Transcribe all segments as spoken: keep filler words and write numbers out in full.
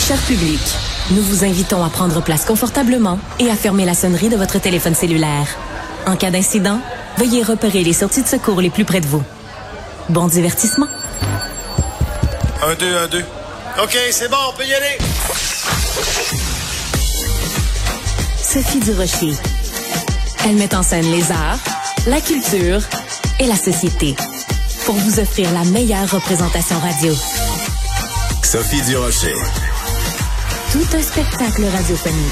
Cher public, nous vous invitons à prendre place confortablement et à fermer la sonnerie de votre téléphone cellulaire. En cas d'incident, veuillez repérer les sorties de secours les plus près de vous. Bon divertissement. Un, deux, un, deux. OK, c'est bon, on peut y aller. Sophie Durocher. Elle met en scène les arts, la culture et la société pour vous offrir la meilleure représentation radio. Sophie Durocher. Tout un spectacle radiophonique.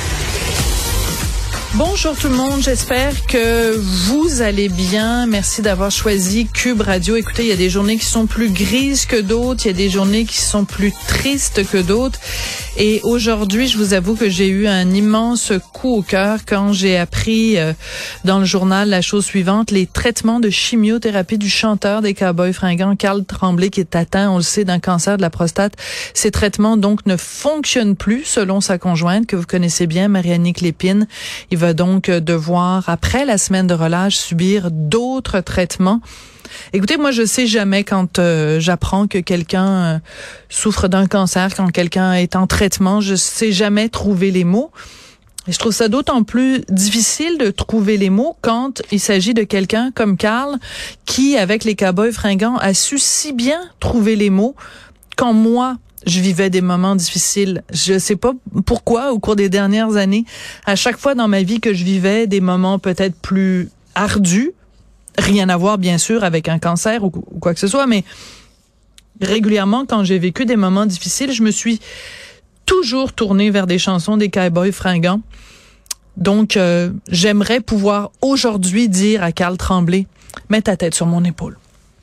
Bonjour tout le monde, j'espère que vous allez bien. Merci d'avoir choisi Cube Radio. Écoutez, il y a des journées qui sont plus grises que d'autres, il y a des journées qui sont plus tristes que d'autres. Et aujourd'hui, je vous avoue que j'ai eu un immense coup au cœur quand j'ai appris euh, dans le journal la chose suivante: les traitements de chimiothérapie du chanteur des Cowboys fringants, Carl Tremblay, qui est atteint, on le sait, d'un cancer de la prostate. Ces traitements donc ne fonctionnent plus selon sa conjointe, que vous connaissez bien, Mariannick Lépine. Il va donc devoir, après la semaine de relâche, subir d'autres traitements. Écoutez, moi, je sais jamais quand euh, j'apprends que quelqu'un euh, souffre d'un cancer, quand quelqu'un est en traitement, je sais jamais trouver les mots. Et je trouve ça d'autant plus difficile de trouver les mots quand il s'agit de quelqu'un comme Carl, qui, avec les Cowboys fringants, a su si bien trouver les mots quand moi, je vivais des moments difficiles. Je sais pas pourquoi, au cours des dernières années, à chaque fois dans ma vie que je vivais des moments peut-être plus ardus, rien à voir, bien sûr, avec un cancer ou, ou quoi que ce soit, mais régulièrement, quand j'ai vécu des moments difficiles, je me suis toujours tournée vers des chansons des Cowboys fringants. Donc, euh, j'aimerais pouvoir aujourd'hui dire à Carl Tremblay, mets ta tête sur mon épaule.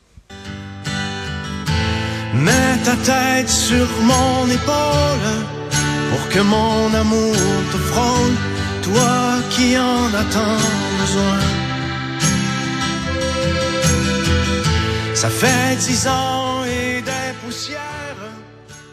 Mets ta tête sur mon épaule pour que mon amour te frôle, toi qui en as tant besoin. Ça fait dix ans et des poussières.